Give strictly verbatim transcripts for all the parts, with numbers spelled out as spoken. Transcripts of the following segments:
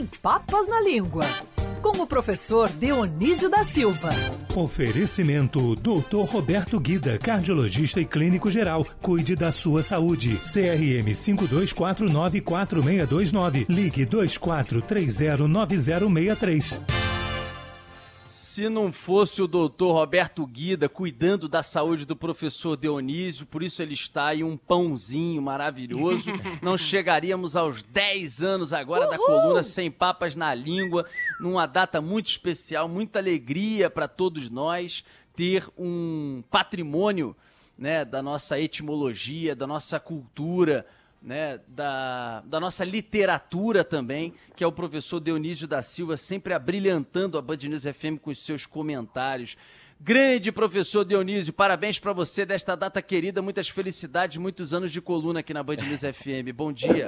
Sem Papas na Língua, com o professor Dionísio da Silva. Oferecimento doutor Roberto Guida, cardiologista e clínico geral. Cuide da sua saúde. C R M cinco dois quatro nove quatro seis dois nove. Ligue dois quatro três zero nove zero seis três. Se não fosse o doutor Roberto Guida cuidando da saúde do professor Dionísio, por isso ele está aí um pãozinho maravilhoso, não chegaríamos aos dez anos agora Uhul! Da coluna Sem Papas na Língua, numa data muito especial, muita alegria para todos nós ter um patrimônio, né, da nossa etimologia, da nossa cultura, né, da, da nossa literatura também, que é o professor Dionísio da Silva, sempre abrilhantando a Band News F M com os seus comentários. Grande professor Dionísio, parabéns para você desta data querida, muitas felicidades, muitos anos de coluna aqui na Band News F M. Bom dia.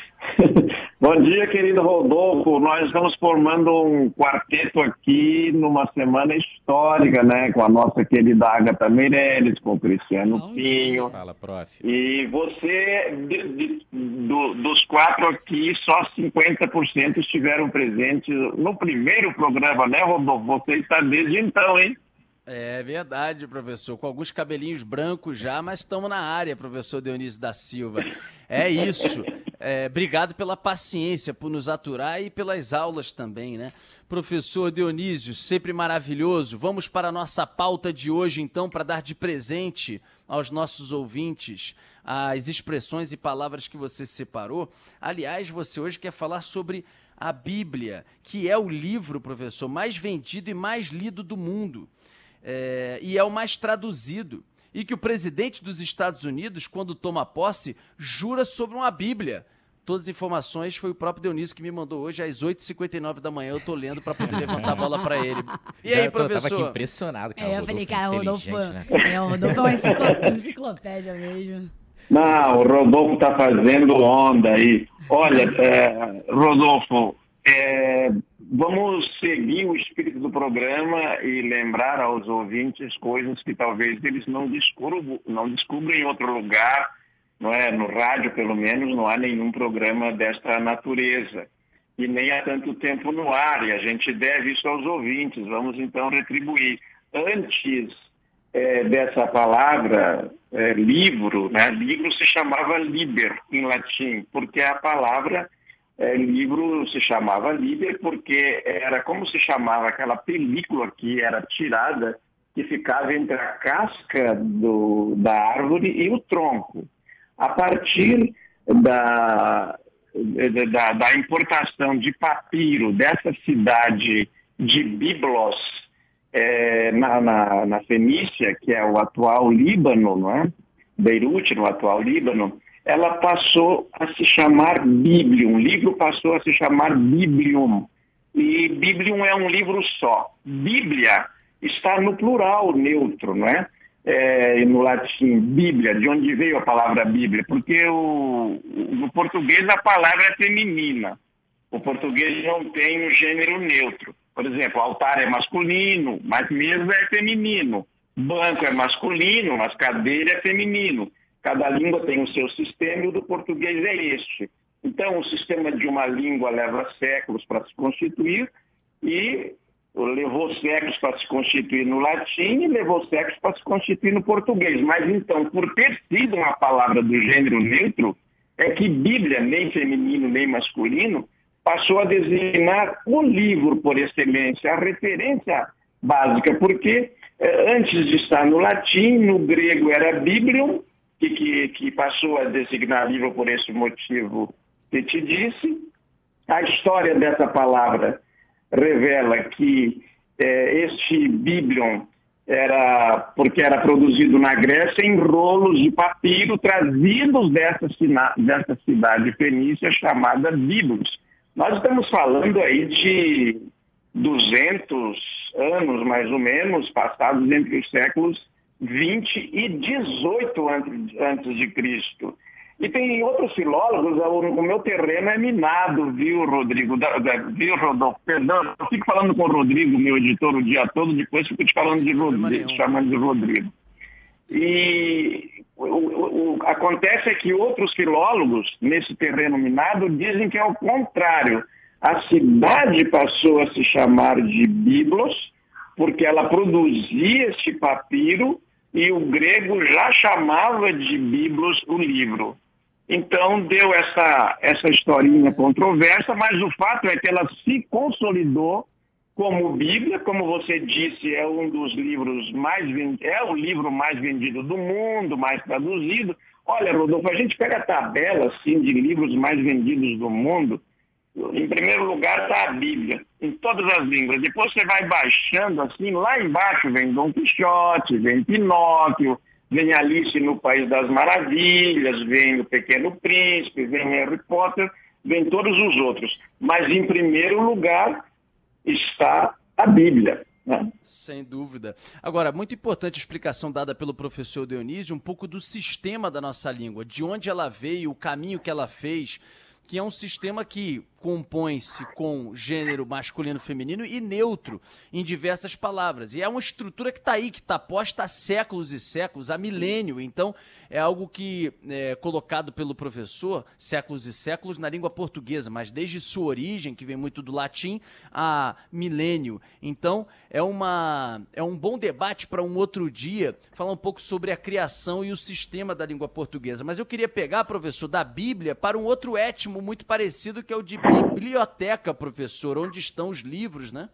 Bom dia, querido Rodolfo. Nós estamos formando um quarteto aqui numa semana histórica, né? Com a nossa querida Agatha Meirelles, com o Cristiano Não, Pinho. Fala, prof. E você, de, de, do, dos quatro aqui, só cinquenta por cento estiveram presentes no primeiro programa, né, Rodolfo? Você está desde então, hein? É verdade, professor. Com alguns cabelinhos brancos já, mas estamos na área, professor Dionísio da Silva. É isso. É, obrigado pela paciência, por nos aturar e pelas aulas também, né? Professor Dionísio, sempre maravilhoso. Vamos para a nossa pauta de hoje, então, para dar de presente aos nossos ouvintes as expressões e palavras que você separou. Aliás, você hoje quer falar sobre a Bíblia, que é o livro, professor, mais vendido e mais lido do mundo. É, e é o mais traduzido. E que o presidente dos Estados Unidos, quando toma posse, jura sobre uma Bíblia. Todas as informações foi o próprio Dionísio que me mandou hoje às oito e cinquenta e nove da manhã. Eu tô lendo para poder levantar a bola para ele. E aí, professor? Eu tava aqui impressionado, cara. É, eu falei, cara, o Rodolfo, né? é, o Rodolfo é uma enciclopédia, enciclopédia mesmo. Não, o Rodolfo está fazendo onda aí. Olha, é, Rodolfo, é, vamos seguir o espírito do programa e lembrar aos ouvintes coisas que talvez eles não descubram, não descobrem em outro lugar, não é? No rádio, pelo menos, não há nenhum programa desta natureza. E nem há tanto tempo no ar, e a gente deve isso aos ouvintes. Vamos, então, retribuir. Antes é, dessa palavra, é, livro, né? Livro se chamava liber, em latim, porque a palavra... É, livro se chamava liber porque era como se chamava aquela película que era tirada, que ficava entre a casca do, da árvore e o tronco. A partir da, da, da importação de papiro dessa cidade de Biblos, é, na, na, na Fenícia, que é o atual Líbano, não é? Beirute, no atual Líbano, ela passou a se chamar Biblium. O livro passou a se chamar Biblium. E Biblium é um livro só. Bíblia está no plural neutro, não é? É, no latim, Bíblia, de onde veio a palavra Bíblia? Porque o, no português a palavra é feminina. O português não tem um gênero neutro. Por exemplo, altar é masculino, mas mesa é feminino. Banco é masculino, mas cadeira é feminino. Cada língua tem o seu sistema e o do português é este. Então, o sistema de uma língua leva séculos para se constituir e levou séculos para se constituir no latim e levou séculos para se constituir no português. Mas, então, por ter sido uma palavra do gênero neutro, é que Bíblia, nem feminino nem masculino, passou a designar o livro por excelência, a referência básica, porque eh, antes de estar no latim, no grego era Biblium, Que, que, que passou a designar livro por esse motivo que te disse. A história dessa palavra revela que é, este Biblion era porque era produzido na Grécia em rolos de papiro trazidos dessa, dessa cidade fenícia chamada Biblos. Nós estamos falando aí de duzentos anos, mais ou menos, passados entre os séculos vinte e dezoito antes de Cristo. E tem outros filólogos, o meu terreno é minado, viu, Rodrigo? Da, da, viu, Rodolfo? Perdão, eu fico falando com o Rodrigo, meu editor, o dia todo, depois fico te falando de Rodrigo, chamando de Rodrigo. E o, o, o, acontece é que outros filólogos, nesse terreno minado, dizem que é o contrário. A cidade passou a se chamar de Biblos, porque ela produzia este papiro e o grego já chamava de Biblos o livro. Então deu essa, essa historinha controversa, mas o fato é que ela se consolidou como Bíblia, como você disse, é um dos livros mais vendidos, é o livro mais vendido do mundo, mais traduzido. Olha, Rodolfo, a gente pega a tabela assim, de livros mais vendidos do mundo. Em primeiro lugar está a Bíblia, em todas as línguas. Depois você vai baixando assim, lá embaixo vem Dom Quixote, vem Pinóquio, vem Alice no País das Maravilhas, vem o Pequeno Príncipe, vem Harry Potter, vem todos os outros. Mas em primeiro lugar está a Bíblia, né? Sem dúvida. Agora, muito importante a explicação dada pelo professor Dionísio, um pouco do sistema da nossa língua, de onde ela veio, o caminho que ela fez, que é um sistema que compõe-se com gênero masculino, feminino e neutro em diversas palavras. E é uma estrutura que está aí, que está posta há séculos e séculos, há milênio. Então, é algo que é colocado pelo professor, séculos e séculos, na língua portuguesa, mas desde sua origem, que vem muito do latim, a milênio. Então, é, uma, é um bom debate para um outro dia, falar um pouco sobre a criação e o sistema da língua portuguesa. Mas eu queria pegar, professor, da Bíblia para um outro étimo muito parecido, que é o de biblioteca, professor, onde estão os livros, né?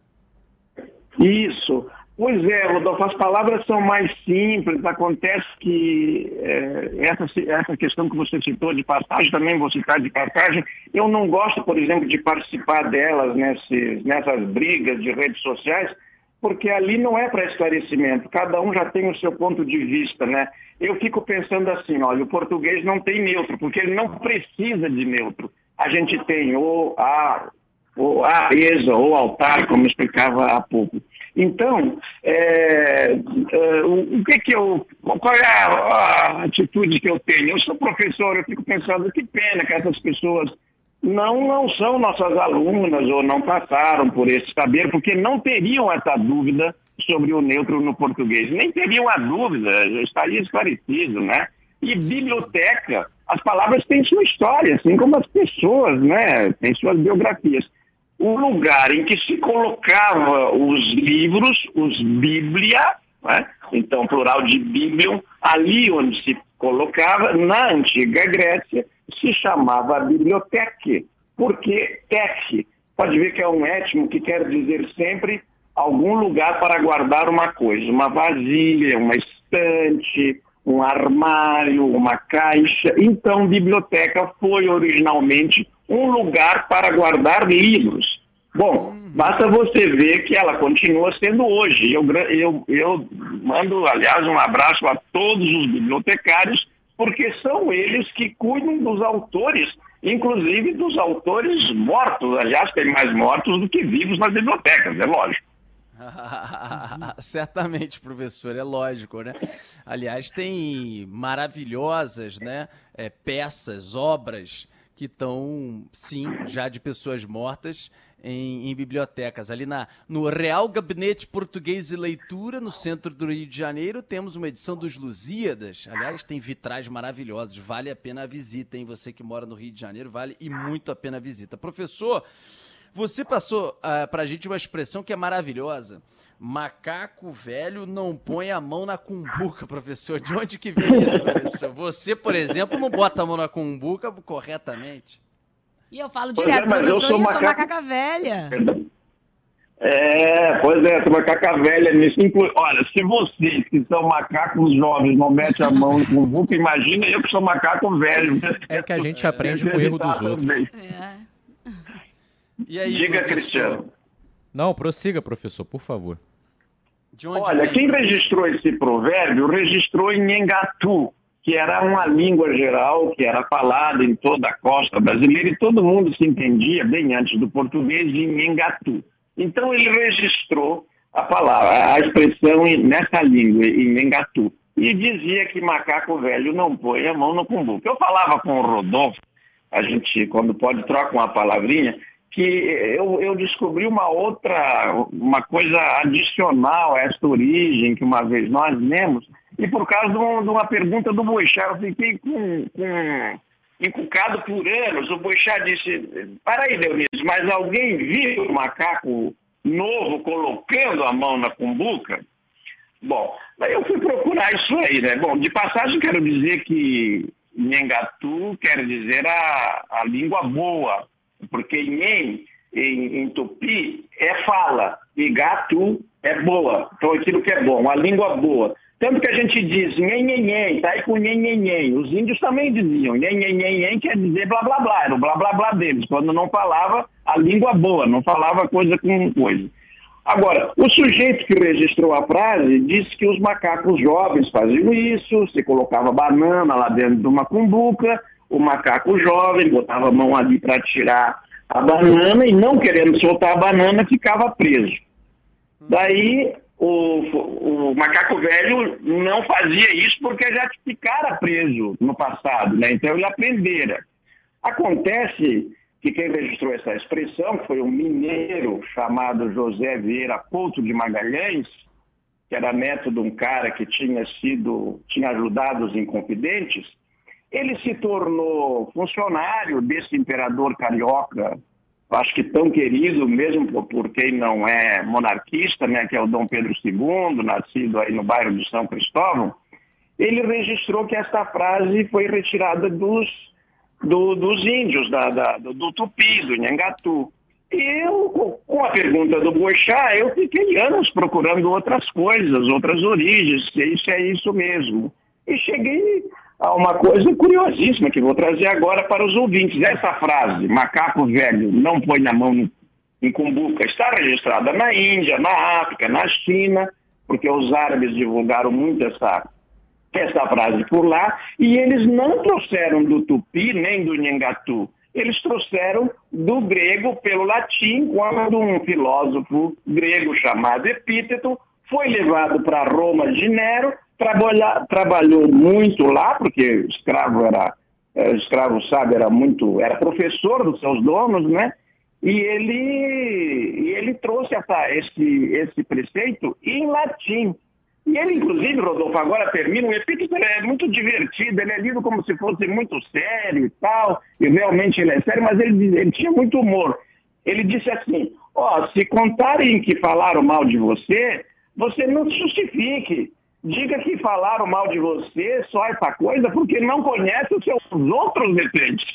Isso. Pois é, Rodolfo, as palavras são mais simples. Acontece que é, essa, essa questão que você citou de passagem, também vou citar de passagem, eu não gosto, por exemplo, de participar delas nesse, nessas brigas de redes sociais, porque ali não é para esclarecimento, cada um já tem o seu ponto de vista, né? Eu fico pensando assim, olha, o português não tem neutro, porque ele não precisa de neutro. A gente tem o a, o a, exa, ou altar, como explicava há pouco. Então, é, é, o, o que que eu, qual é a, a atitude que eu tenho? Eu sou professor, eu fico pensando, que pena que essas pessoas não, não são nossas alunas ou não passaram por esse saber, porque não teriam essa dúvida sobre o neutro no português. Nem teriam a dúvida, já estaria esclarecido, né? E biblioteca, as palavras têm sua história, assim como as pessoas, né? Têm suas biografias. O lugar em que se colocava os livros, os bíblia, né? Então plural de biblium, ali onde se colocava, na antiga Grécia, se chamava biblioteca, porque tec, pode ver que é um étimo que quer dizer sempre algum lugar para guardar uma coisa, uma vasilha, uma estante, um armário, uma caixa. Então, biblioteca foi originalmente um lugar para guardar livros. Bom, basta você ver que ela continua sendo hoje. Eu, eu, eu mando, aliás, um abraço a todos os bibliotecários, porque são eles que cuidam dos autores, inclusive dos autores mortos. Aliás, tem mais mortos do que vivos nas bibliotecas, é lógico. Certamente, professor, é lógico, né? Aliás, tem maravilhosas, né, é, peças, obras que estão, sim, já de pessoas mortas em, em bibliotecas. Ali na, no Real Gabinete Português de Leitura, no centro do Rio de Janeiro, temos uma edição dos Lusíadas. Aliás, tem vitrais maravilhosos, vale a pena a visita, hein? Você que mora no Rio de Janeiro, vale e muito a pena a visita. Professor, você passou uh, para a gente uma expressão que é maravilhosa. Macaco velho não põe a mão na cumbuca, professor. De onde que vem isso, professor? Você, por exemplo, não bota a mão na cumbuca corretamente. E eu falo Pois direto, é, mas eu professor, sou e eu sou macaco- macaca velha. É, pois é, essa macaca velha nisso. Inclu- Olha, se vocês que são macacos jovens não metem a mão no cumbuca, imagina eu que sou macaco velho. É que a gente aprende com o erro dos outros. Também. É. E aí, Diga, professor, Cristiano. Não, prossiga, professor, por favor. de onde Olha, vem? quem registrou esse provérbio registrou em Nhengatu, que era uma língua geral que era falada em toda a costa brasileira e todo mundo se entendia bem antes do português em Nhengatu. Então ele registrou a palavra, a expressão em- nessa língua, em Nhengatu, e dizia que macaco velho não põe a mão no cumbuca. Eu falava com o Rodolfo, a gente, quando pode, troca uma palavrinha, que eu, eu descobri uma outra, uma coisa adicional a esta origem que uma vez nós lemos, e por causa de, um- de uma pergunta do Boixá, eu fiquei com, com, encucado por anos. O Boechat disse, para aí, Dionísio, mas alguém viu o macaco novo colocando a mão na cumbuca? Bom, daí eu fui procurar isso aí, né? Bom, de passagem quero dizer que Nhengatu quer dizer a, a língua boa, porque Nhen, em, em Tupi, é fala, e Gatu é boa, então aquilo que é bom, a língua boa. Tanto que a gente diz nhen, nhen, nhen, tá aí com nhen, nhen, nhen. Os índios também diziam nhen, nhen, nhen, nhen, quer dizer blá, blá, blá, era o blá, blá, blá deles, quando não falava a língua boa, não falava coisa com coisa. Agora, o sujeito que registrou a frase disse que os macacos jovens faziam isso, se colocava banana lá dentro de uma cumbuca, o macaco jovem botava a mão ali para tirar a banana e não querendo soltar a banana ficava preso. Daí o, o macaco velho não fazia isso porque já ficara preso no passado, né? Então ele aprendera. Acontece que quem registrou essa expressão, que foi um mineiro chamado José Vieira Couto de Magalhães, que era neto de um cara que tinha sido, tinha ajudado os Inconfidentes, ele se tornou funcionário desse imperador carioca, acho que tão querido mesmo por, por quem não é monarquista, né, que é o Dom Pedro segundo, nascido aí no bairro de São Cristóvão. Ele registrou que esta frase foi retirada dos Do, dos índios, da, da, do, do Tupi, do Nhengatu. E eu, com a pergunta do Boechat, eu fiquei anos procurando outras coisas, outras origens, se isso é isso mesmo. E cheguei a uma coisa curiosíssima que vou trazer agora para os ouvintes. Essa frase, macaco velho não põe na mão em cumbuca, está registrada na Índia, na África, na China, porque os árabes divulgaram muito essa essa frase por lá, e eles não trouxeram do Tupi nem do Nhengatu, eles trouxeram do grego pelo latim, quando um filósofo grego chamado Epíteto foi levado para Roma de Nero, trabalha, trabalhou muito lá, porque escravo era, escravo sabe, era muito, era professor dos seus donos, né? E ele, e ele trouxe essa, esse, esse preceito em latim. E ele, inclusive, Rodolfo, agora termina, o Epíteto é muito divertido, ele é lido como se fosse muito sério e tal, e realmente ele é sério, mas ele, ele tinha muito humor. Ele disse assim, ó, oh, se contarem que falaram mal de você, você não se justifique. Diga que falaram mal de você, só essa coisa, porque não conhece os seus outros defeitos.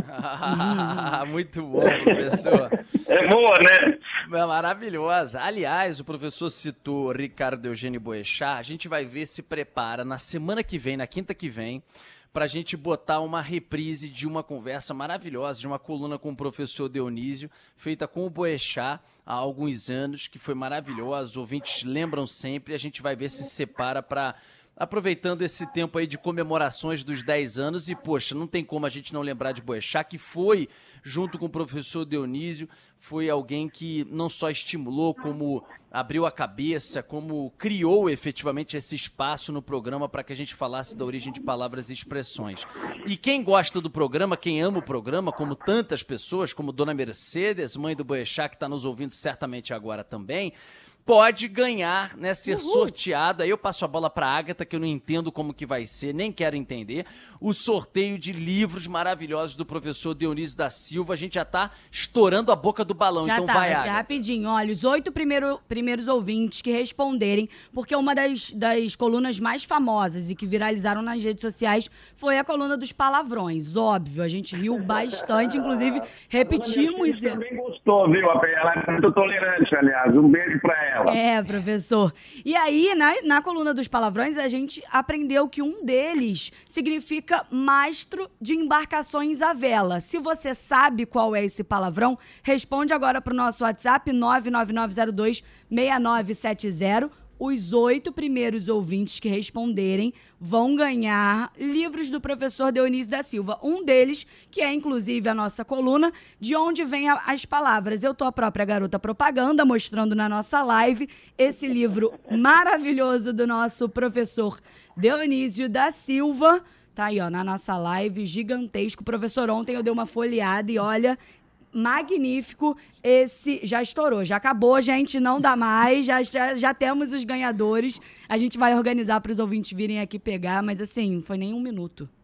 Muito bom, professor. É boa, né? É maravilhosa. Aliás, o professor citou Ricardo Eugênio Boechat. A gente vai ver se prepara na semana que vem, na quinta que vem, para a gente botar uma reprise de uma conversa maravilhosa, de uma coluna com o professor Dionísio, feita com o Boechat há alguns anos, que foi maravilhosa. Os ouvintes lembram sempre, a gente vai ver se separa para... Aproveitando esse tempo aí de comemorações dos dez anos, e poxa, não tem como a gente não lembrar de Boechat, que foi, junto com o professor Dionísio, foi alguém que não só estimulou, como abriu a cabeça, como criou efetivamente esse espaço no programa para que a gente falasse da origem de palavras e expressões. E quem gosta do programa, quem ama o programa, como tantas pessoas, como Dona Mercedes, mãe do Boechat, que está nos ouvindo certamente agora também, pode ganhar, né, ser Uhul. sorteado. Aí eu passo a bola para a Agatha, que eu não entendo como que vai ser, nem quero entender, o sorteio de livros maravilhosos do professor Dionísio da Silva. A gente já tá estourando a boca do balão, já então tá, vai, vai Agatha. Rapidinho, olha, os oito primeiro, primeiros ouvintes que responderem, porque uma das, das colunas mais famosas e que viralizaram nas redes sociais foi a coluna dos palavrões. Óbvio, a gente riu bastante, inclusive repetimos... Ela também gostou, viu? Ela é muito tolerante, aliás. Um beijo para ela. É, professor. E aí, na, na coluna dos palavrões, a gente aprendeu que um deles significa mastro de embarcações à vela. Se você sabe qual é esse palavrão, responde agora para o nosso WhatsApp nove nove nove zero dois seis nove sete zero. Os oito primeiros ouvintes que responderem vão ganhar livros do professor Dionísio da Silva. Um deles, que é inclusive a nossa coluna, de onde vêm as palavras. Eu tô a própria garota propaganda, mostrando na nossa live esse livro maravilhoso do nosso professor Dionísio da Silva. Tá aí, ó, na nossa live, gigantesco. Professor, ontem eu dei uma folheada e olha... magnífico, esse já estourou, já acabou, gente, não dá mais, já, já, já temos os ganhadores, a gente vai organizar para os ouvintes virem aqui pegar, mas assim, não foi nem um minuto.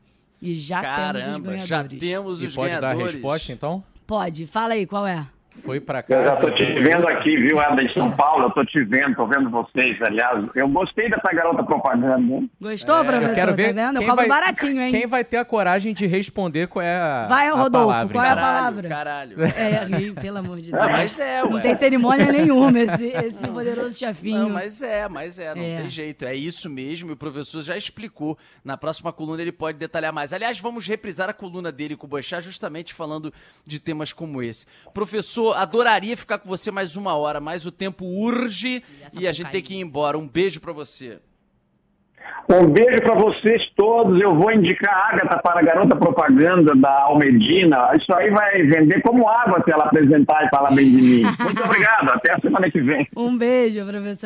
E já Caramba, temos os ganhadores. já temos E os pode dar a ganhadores. resposta, então? Pode, fala aí, qual é? Foi pra Eu casa. já estou te vendo aqui, viu, Ada, em São Paulo, eu estou te vendo, estou vendo vocês, aliás. Eu gostei dessa garota propaganda, hein? Gostou, É, professor? eu quero ver Tá vendo? Eu quem cobro vai- baratinho, hein? Quem vai ter a coragem de responder qual é a, Vai, a Rodolfo, palavra? qual é a então? palavra? Caralho, É, ih, pelo amor de Deus. Não, mas é, Não ué. tem cerimônia nenhuma esse, esse poderoso chefinho. Não, mas é, mas é, não É. tem jeito. É isso mesmo, e o professor já explicou. Na próxima coluna ele pode detalhar mais. Aliás, vamos reprisar a coluna dele com o Boechat, justamente falando de temas como esse. Professor, adoraria ficar com você mais uma hora, mas o tempo urge e, a gente tem que ir embora. Um beijo pra você. Um beijo para vocês todos. Eu vou indicar a Agatha para a garota propaganda da Almedina. Isso aí vai vender como água se ela apresentar e falar bem de mim. Muito obrigado. Até a semana que vem. Um beijo, professor.